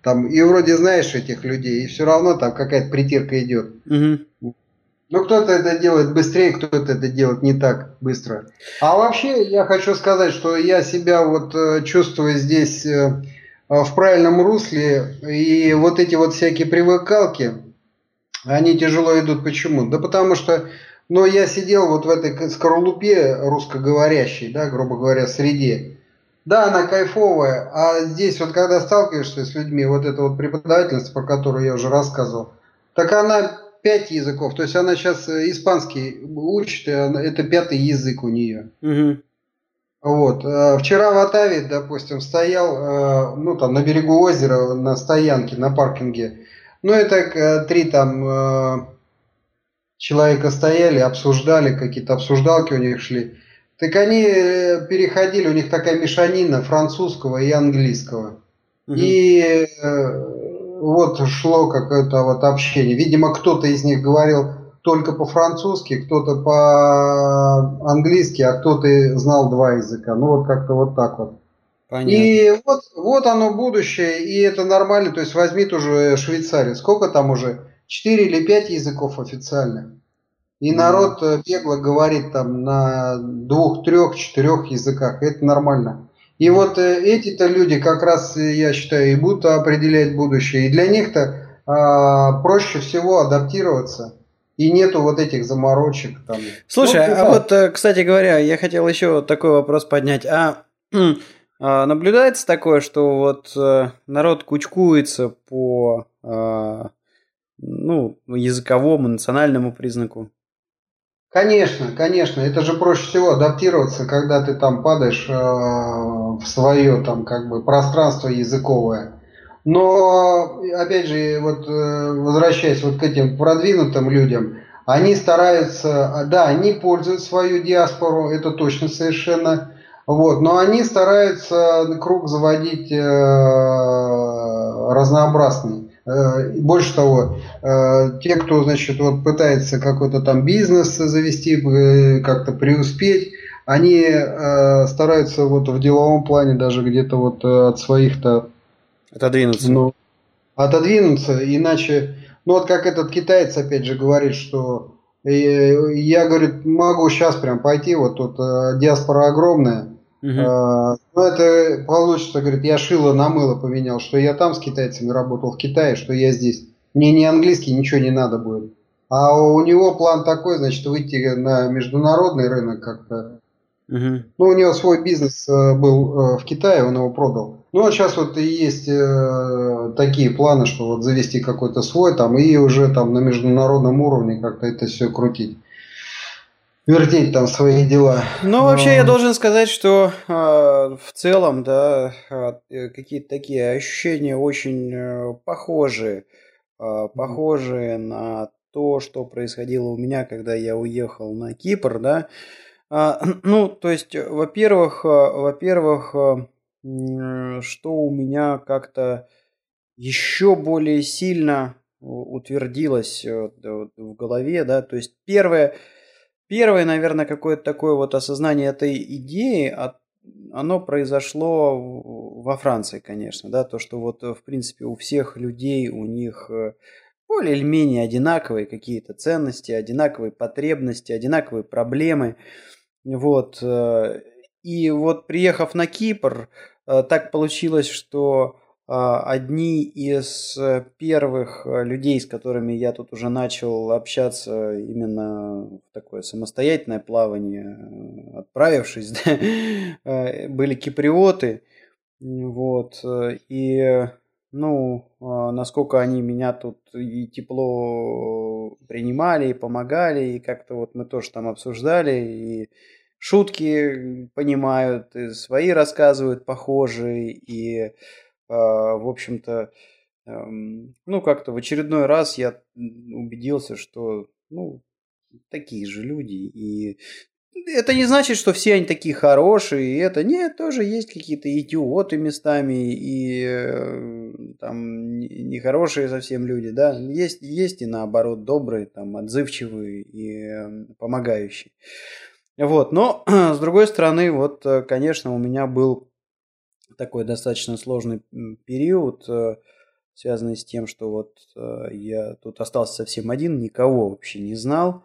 Там, и вроде знаешь этих людей, и все равно там какая-то притирка идет. Угу. Но кто-то это делает быстрее, кто-то это делает не так быстро. А вообще я хочу сказать, что я себя вот э, чувствую здесь э, в правильном русле, и вот эти вот всякие привыкалки, они тяжело идут. Почему? Да потому что, ну, я сидел вот в этой скорлупе русскоговорящей, да, грубо говоря, среде. Да, она кайфовая, а здесь вот когда сталкиваешься с людьми, вот эта вот преподавательница, про которую я уже рассказывал, так она пять языков, то есть она сейчас испанский учит, это пятый язык у нее. Угу. Вот. Вчера в Оттаве, допустим, стоял, ну, там, на берегу озера, на стоянке, на паркинге. Ну, это три там человека стояли, обсуждали, какие-то обсуждалки у них шли. Так они переходили, у них такая мешанина французского и английского. Угу. И вот шло какое-то вот общение. Видимо, кто-то из них говорил только по-французски, кто-то по-английски, а кто-то знал два языка. Ну, вот как-то вот так вот. Понятно. И вот, вот оно будущее, и это нормально. То есть возьми ту же Швейцарию. Сколько там уже? Четыре или пять языков официальных. И mm. народ бегло говорит там на двух, трех, четырех языках. Это нормально. И mm. вот эти-то люди как раз, я считаю, и будут определять будущее. И для них-то а, проще всего адаптироваться. И нету вот этих заморочек там. Слушай, вот, а вот, кстати говоря, я хотел еще такой вопрос поднять. А наблюдается такое, что вот народ кучкуется по ну, языковому, национальному признаку? Конечно, конечно. Это же проще всего адаптироваться, когда ты там падаешь э, в свое там как бы пространство языковое. Но, опять же, вот э, возвращаясь вот к этим продвинутым людям, они стараются, да, они пользуют свою диаспору, это точно совершенно, вот, но они стараются круг заводить э, разнообразный. Больше того, те, кто, значит, вот пытается какой-то там бизнес завести, как-то преуспеть, они стараются вот в деловом плане даже где-то вот от своих-то отодвинуться. Ну, отодвинуться, иначе, ну вот как этот китаец опять же говорит, что я, говорит, могу сейчас прям пойти, вот тут диаспора огромная. Uh-huh. Ну, это получится, говорит, я шило на мыло поменял, что я там с китайцами работал в Китае, что я здесь. Мне ни английский, ничего не надо будет. А у него план такой, значит, выйти на международный рынок как-то. Uh-huh. Ну, у него свой бизнес был в Китае, он его продал. Ну, вот сейчас вот и есть такие планы, что вот завести какой-то свой там и уже там на международном уровне как-то это все крутить. Вертеть там свои дела. Ну, вообще, я должен сказать, что э, в целом, да, э, какие-то такие ощущения очень э, похожие, э, похожие mm-hmm. на то, что происходило у меня, когда я уехал на Кипр, да. А, ну, то есть, во-первых, э, во-первых, э, что у меня как-то еще более сильно утвердилось э, в голове, да, то есть первое. Первое, наверное, какое-то такое вот осознание этой идеи, оно произошло во Франции, конечно, да, то, что вот, в принципе, у всех людей, у них более или менее одинаковые какие-то ценности, одинаковые потребности, одинаковые проблемы, вот, и вот приехав на Кипр, так получилось, что одни из первых людей, с которыми я тут уже начал общаться именно в такое самостоятельное плавание, отправившись, да, были киприоты. Вот. И, ну, насколько они меня тут и тепло принимали, и помогали, и как-то вот мы тоже там обсуждали, и шутки понимают, и свои рассказывают похожие, и в общем-то, ну, как-то в очередной раз я убедился, что, ну, такие же люди. И это не значит, что все они такие хорошие. И это нет, тоже есть какие-то идиоты местами и там нехорошие совсем люди, да. Есть, есть и наоборот добрые, там, отзывчивые и помогающие. Вот, но с другой стороны, вот, конечно, у меня был такой достаточно сложный период, связанные с тем, что вот я тут остался совсем один, никого вообще не знал,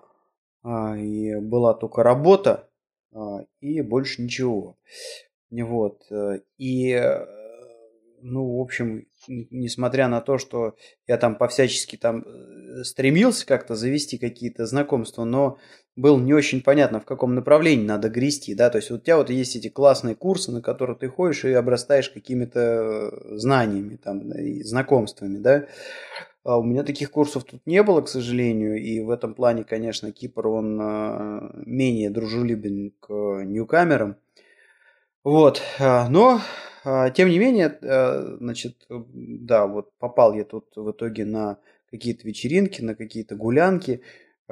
и была только работа, и больше ничего. Вот. И, ну, в общем, несмотря на то, что я там по-всячески там стремился как-то завести какие-то знакомства, но было не очень понятно, в каком направлении надо грести, да, то есть вот у тебя вот есть эти классные курсы, на которые ты ходишь и обрастаешь какими-то знаниями, там, и знакомствами, да. А у меня таких курсов тут не было, к сожалению, и в этом плане, конечно, Кипр, он менее дружелюбен к ньюкамерам. Вот, но, тем не менее, значит, да, вот попал я тут в итоге на какие-то вечеринки, на какие-то гулянки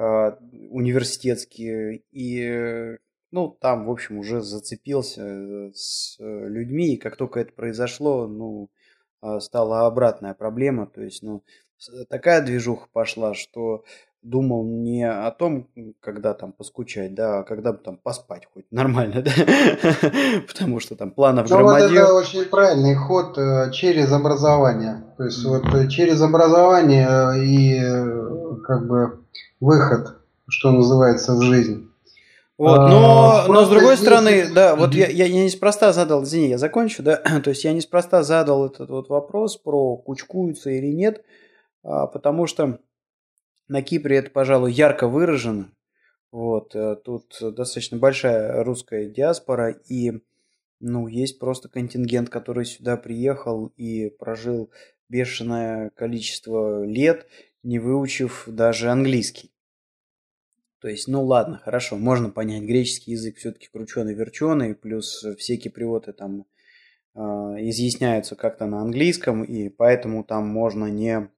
университетские, и, ну, там, в общем, уже зацепился с людьми, и как только это произошло, ну, стала обратная проблема, то есть, ну, такая движуха пошла, что думал не о том, когда там поскучать, да, а когда бы там поспать хоть нормально, да, потому что там планов громадье. Ну, вот это очень правильный ход через образование, то есть вот через образование и как бы выход, что называется, в жизнь. Вот, но, а, но с другой здесь... стороны, да, вот я, я, я неспроста задал, извини, я закончу, да, то есть я неспроста задал этот вот вопрос про кучкуются или нет, а, потому что на Кипре это, пожалуй, ярко выражено. Вот, тут достаточно большая русская диаспора, и, ну, есть просто контингент, который сюда приехал и прожил бешеное количество лет, не выучив даже английский. То есть, ну ладно, хорошо, можно понять, греческий язык все-таки крученый-верченый, плюс все киприоты там э, изъясняются как-то на английском, и поэтому там можно не...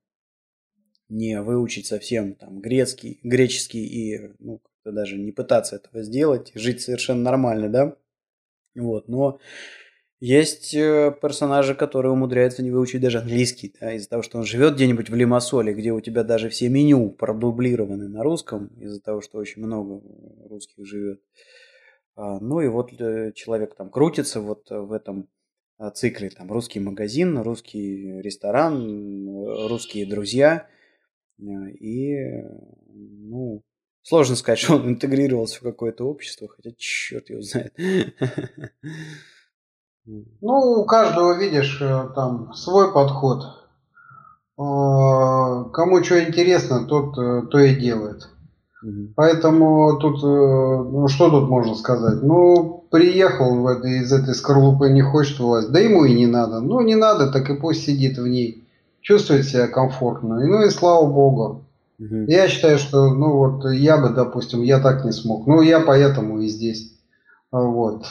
не выучить совсем там грецкий, греческий и, ну, как-то даже не пытаться этого сделать, жить совершенно нормально, да, вот, но есть персонажи, которые умудряются не выучить даже английский, да, из-за того, что он живет где-нибудь в Лимассоле, где у тебя даже все меню продублированы на русском, из-за того, что очень много русских живет, ну и вот человек там крутится вот в этом цикле, там, русский магазин, русский ресторан, русские друзья. И, ну, сложно сказать, что он интегрировался в какое-то общество, хотя черт его знает. Ну, у каждого, видишь, там свой подход. Кому что интересно, тот то и делает. Угу. Поэтому тут, ну, что тут можно сказать? Ну, приехал в этой, из этой скорлупы, не хочет власть, да ему и не надо. Ну, не надо, так и пусть сидит в ней. Чувствует себя комфортно. Ну и слава богу. Угу. Я считаю, что, ну вот, я бы, допустим, я так не смог. Ну, я поэтому и здесь. Вот.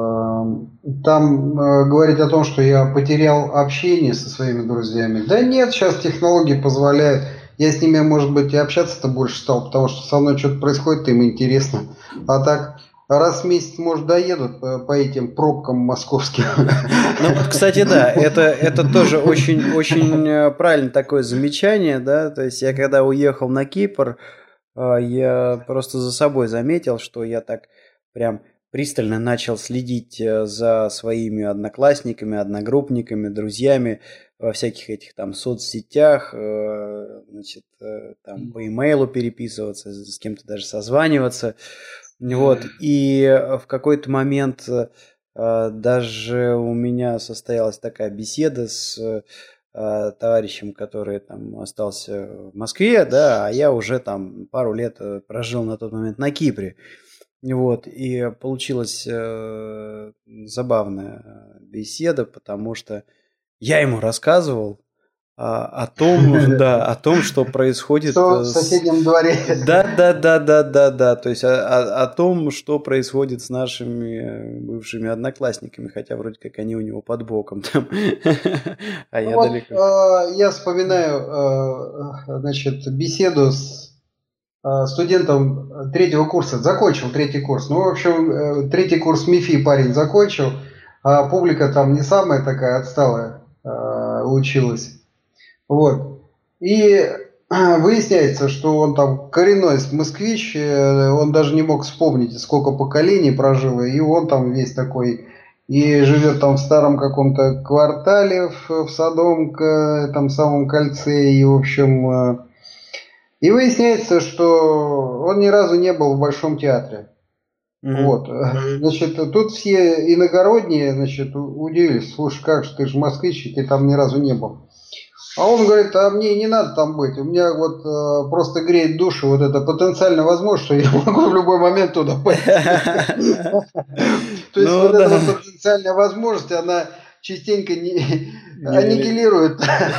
Там говорить о том, что я потерял общение со своими друзьями. Да нет, сейчас технологии позволяют. Я с ними, может быть, и общаться-то больше стал, потому что со мной что-то происходит, им интересно. А так... раз в месяц, может, доедут по этим пробкам московским. Ну, вот, кстати, да, это, это тоже очень, очень правильно такое замечание, да, то есть я когда уехал на Кипр, я просто за собой заметил, что я так прям пристально начал следить за своими одноклассниками, одногруппниками, друзьями во всяких этих там соцсетях, значит, там по имейлу переписываться, с кем-то даже созваниваться. Вот, и в какой-то момент э, даже у меня состоялась такая беседа с э, товарищем, который там остался в Москве, да, а я уже там пару лет прожил на тот момент на Кипре. Вот, и получилась э, забавная беседа, потому что я ему рассказывал А, о том, да, о том, что происходит что в соседнем дворе. Да, да, да, да, да, да. То есть о, о, о том, что происходит с нашими бывшими одноклассниками, хотя вроде как они у него под боком там. А я вот, далеко. Э, я вспоминаю, э, значит, беседу с э, студентом третьего курса. Закончил третий курс. Ну, в общем, э, третий курс МИФИ парень закончил, а публика там не самая такая отсталая э, училась. Вот. И выясняется, что он там коренной москвич, он даже не мог вспомнить, сколько поколений прожило, и он там весь такой и живет там в старом каком-то квартале в, в Садовом к- там самом кольце, и, в общем, э, и выясняется, что он ни разу не был в Большом театре. Мгм. Вот, э, значит, тут все иногородние, значит, у- удивились, слушай, как же, ты же москвич, и ты там ни разу не был. А он говорит, а мне не надо там быть, у меня вот э, просто греет душу вот это потенциально возможно, что я могу в любой момент туда пойти. То есть Ну вот эта вот да. потенциальная возможность, она частенько не Не- аннигилирует.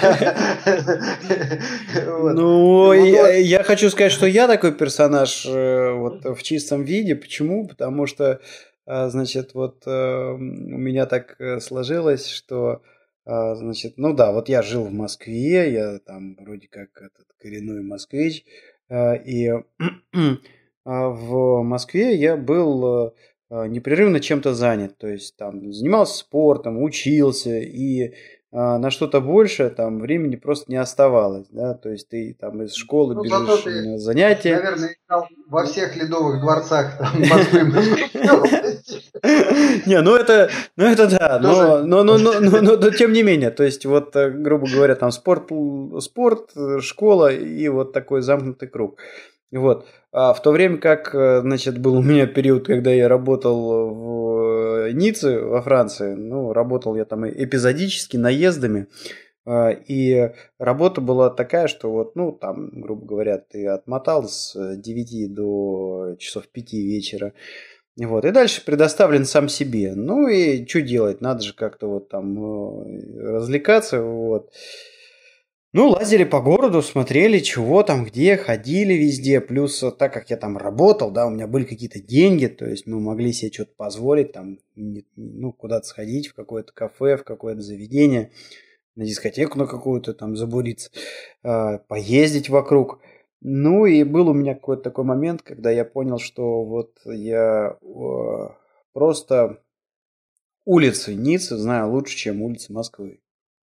Вот. Ну, Вот, и, ну, э, я хочу сказать, что я такой персонаж э, вот в чистом виде. Почему? Потому что, а, значит, вот э, м, у меня так э, сложилось, что, а, значит, ну да, вот я жил в Москве, я там вроде как этот коренной москвич, а, и а, в Москве я был э, а, непрерывно чем-то занят, то есть там занимался спортом, учился и а, на что-то большее там времени просто не оставалось, да, то есть ты там из школы ну, зато бежишь ты, на занятия. наверное, играл во всех ледовых дворцах там, Москвы и Московской области. Не, ну это, ну это да, Тоже. но, но, но, но, но, но, но тем не менее, то есть вот, э, грубо говоря, там спорт, спорт, э, школа и вот такой замкнутый круг. Вот. А в то время как, э, значит, был у меня период, когда я работал в Ницце во Франции, ну, работал я там эпизодически, наездами, а, и работа была такая, что вот, ну, там, грубо говоря, ты отмотал с девяти до часов пяти вечера, вот, и дальше предоставлен сам себе. Ну и что делать? Надо же как-то вот там э, развлекаться, вот. Ну, лазили по городу, смотрели, чего там, где, ходили везде. Плюс, э, так как я там работал, да, у меня были какие-то деньги, то есть мы могли себе что-то позволить, там, не- ну, куда-то сходить, в какое-то кафе, в какое-то заведение, на дискотеку на какую-то там забуриться, а, поездить вокруг. Ну и был у меня какой-то такой момент, когда я понял, что вот я э, просто улицы Ниццы знаю лучше, чем улицы Москвы.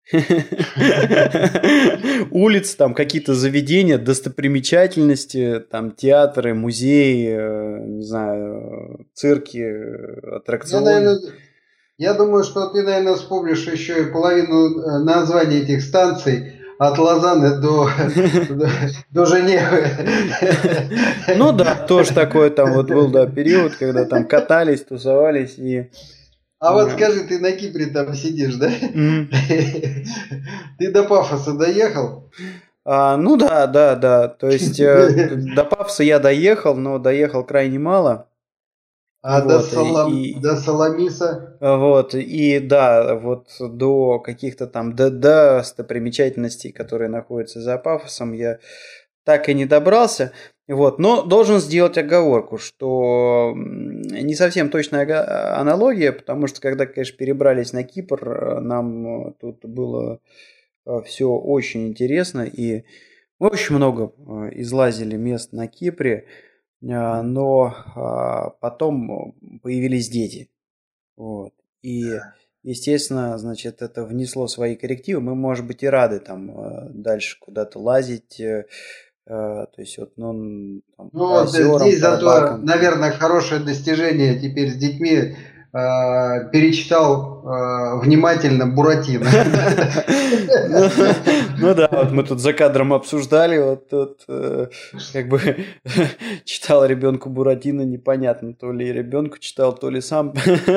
Улицы, там какие-то заведения, достопримечательности, там театры, музеи, э, не знаю, цирки, э, Я, аттракционы. наверное, я думаю, что ты, наверное, вспомнишь еще и половину э, названий этих станций от Лозанны до, до, до Женевы. Ну да, тоже такой там вот был, да, период, когда там катались, тусовались и... А вот э, скажи, ты на Кипре там сидишь, да? мгм. Ты до Пафоса доехал? А, ну да, да, да. То есть э, до Пафоса я доехал, но доехал крайне мало. А до, Вот, Салам, и, до Саламиса? вот, и да, вот до каких-то там до достопримечательностей, которые находятся за Пафосом, я так и не добрался. Вот, но должен сделать оговорку, что м, не совсем точная ага- аналогия, потому что когда, конечно, перебрались на Кипр, э, нам э, тут было все очень интересно, и мы очень много э, излазили мест на Кипре, а, но а, потом появились дети. Вот. И, естественно, значит, это внесло свои коррективы. Мы, может быть, и рады там э, дальше куда-то лазить, э, э, то есть вот, ну, н- там, Ну по вот э, озерам, здесь по зато, рыбакам. наверное, хорошее достижение теперь с детьми. э, перечитал э, внимательно Буратино. Ну, ну да, вот мы тут за кадром обсуждали, вот тут э, как бы читал ребенку Буратино, непонятно, то ли ребенку читал, то ли сам.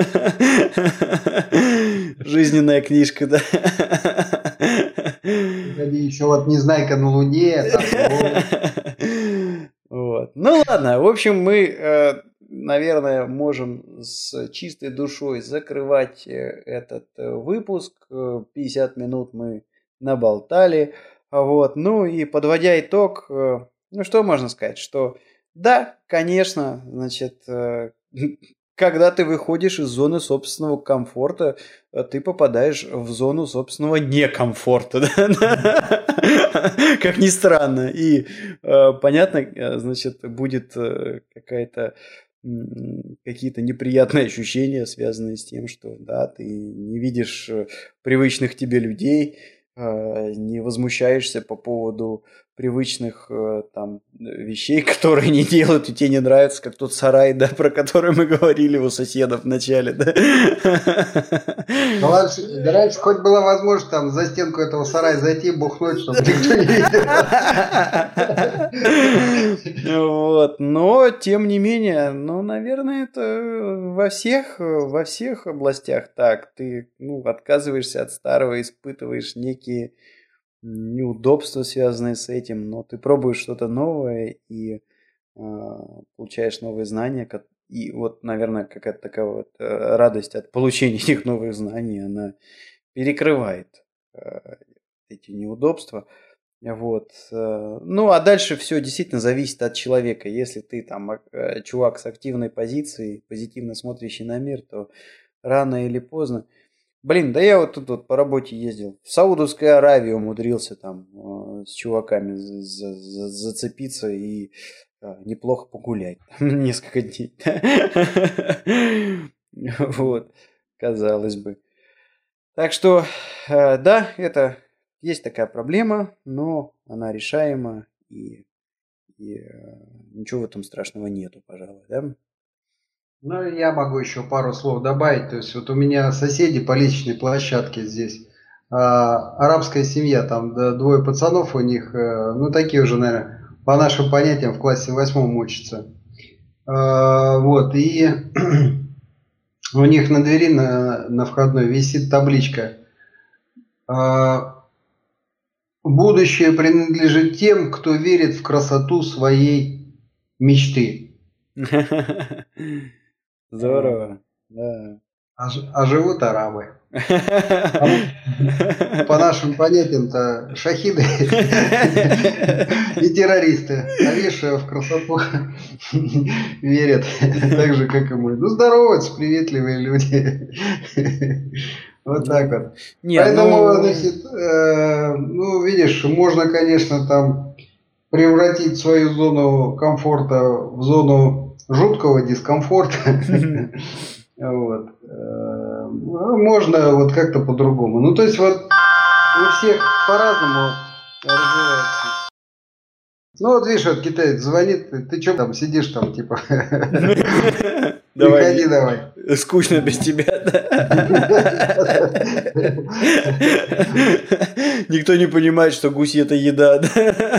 Жизненная книжка, да. Погоди, еще вот «Незнайка на Луне», там, о, Вот. Ну ладно, в общем, мы, э, наверное, можем с чистой душой закрывать э, этот э, выпуск. Э, пятьдесят минут мы наболтали. А Вот. Ну и подводя итог, э, ну что можно сказать, что да, конечно, значит, э, когда ты выходишь из зоны собственного комфорта, э, ты попадаешь в зону собственного некомфорта, да? Как ни странно. И э, понятно, э, значит, будет э, какая-то м, какие-то неприятные ощущения, связанные с тем, что да, ты не видишь э, привычных тебе людей, э, не возмущаешься по поводу привычных э, там вещей, которые не делают, и тебе не нравится, как тот сарай, да, про который мы говорили у соседов в начале, да. Ну, да, раньше хоть была возможность там за стенку этого сарая зайти, бухнуть, чтобы никто не видел. Вот, но, тем не менее, ну, наверное, это во всех, во всех областях так. Ты, ну, отказываешься от старого, испытываешь некие неудобства, связанные с этим, но ты пробуешь что-то новое и э, получаешь новые знания. И вот, наверное, какая-то такая вот э, радость от получения этих новых знаний, она перекрывает э, эти неудобства. Вот. Ну, а дальше все действительно зависит от человека. Если ты там э, чувак с активной позицией, позитивно смотрящий на мир, то рано или поздно. Блин, да я вот тут вот по работе ездил. В Саудовскую Аравию умудрился там э, с чуваками за- за- за- зацепиться и э, неплохо погулять. Несколько дней. Вот, казалось бы. Так что, э, да, это есть такая проблема, но она решаема, и, и э, ничего в этом страшного нету, пожалуй, да? Ну, я могу еще пару слов добавить. То есть вот у меня соседи по личной площадке здесь. а, арабская семья, там да, двое пацанов у них, э, ну такие уже, наверное, по нашим понятиям в классе восьмом учатся. А, вот, и у них на двери на, на входной висит табличка. а, Будущее принадлежит тем, кто верит в красоту своей мечты. Здорово, да. А, ж- а живут арабы. А мы, по нашим понятиям-то шахиды и террористы. А видишь, в красоту верят, так же, как и мы. Ну, здороваются, приветливые люди. Вот так вот. Не, Поэтому, ну, значит, э, ну, видишь, можно, конечно, там превратить свою зону комфорта в зону жуткого дискомфорта. Вот. Э, ну, можно вот как-то по-другому. Ну, то есть вот у всех по-разному развивается. Ну, вот видишь, вот китаец звонит, ты, ты что там сидишь там, типа, приходи давай. Скучно без тебя, да? Никто не понимает, что гуси это еда, да?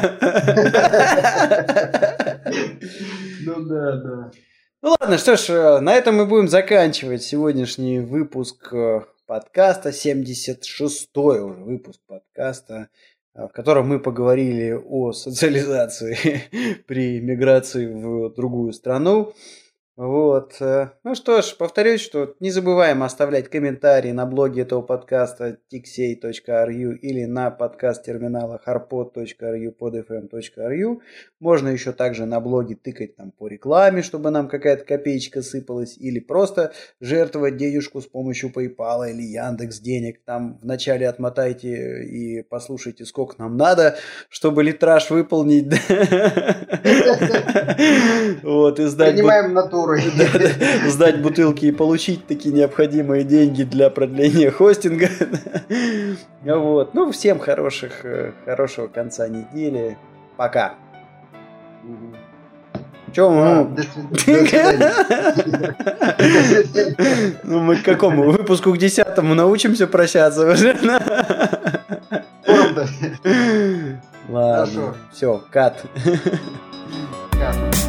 Ну да, да. Ну ладно, что ж, на этом мы будем заканчивать сегодняшний выпуск подкаста, семьдесят шестой уже выпуск подкаста, в котором мы поговорили о социализации при миграции в другую страну. Вот. Ну что ж, повторюсь, что не забываем оставлять комментарии на блоге этого подкаста тиксей точка ар ю или на подкаст-терминалах арпод точка ар ю, подфм точка ар ю. Можно еще также на блоге тыкать там по рекламе, чтобы нам какая-то копеечка сыпалась, или просто жертвовать денежку с помощью PayPal или Яндекс.Денег. Там вначале отмотайте и послушайте, сколько нам надо, чтобы литраж выполнить. Вот, и сдать... Принимаем натурой. Сдать бутылки и получить такие необходимые деньги для продления хостинга. Вот. Ну, всем хороших, хорошего конца недели. Пока. Че, ну... Ну, мы к какому выпуску, к десятому научимся прощаться уже? Ладно, все, кат. Кат.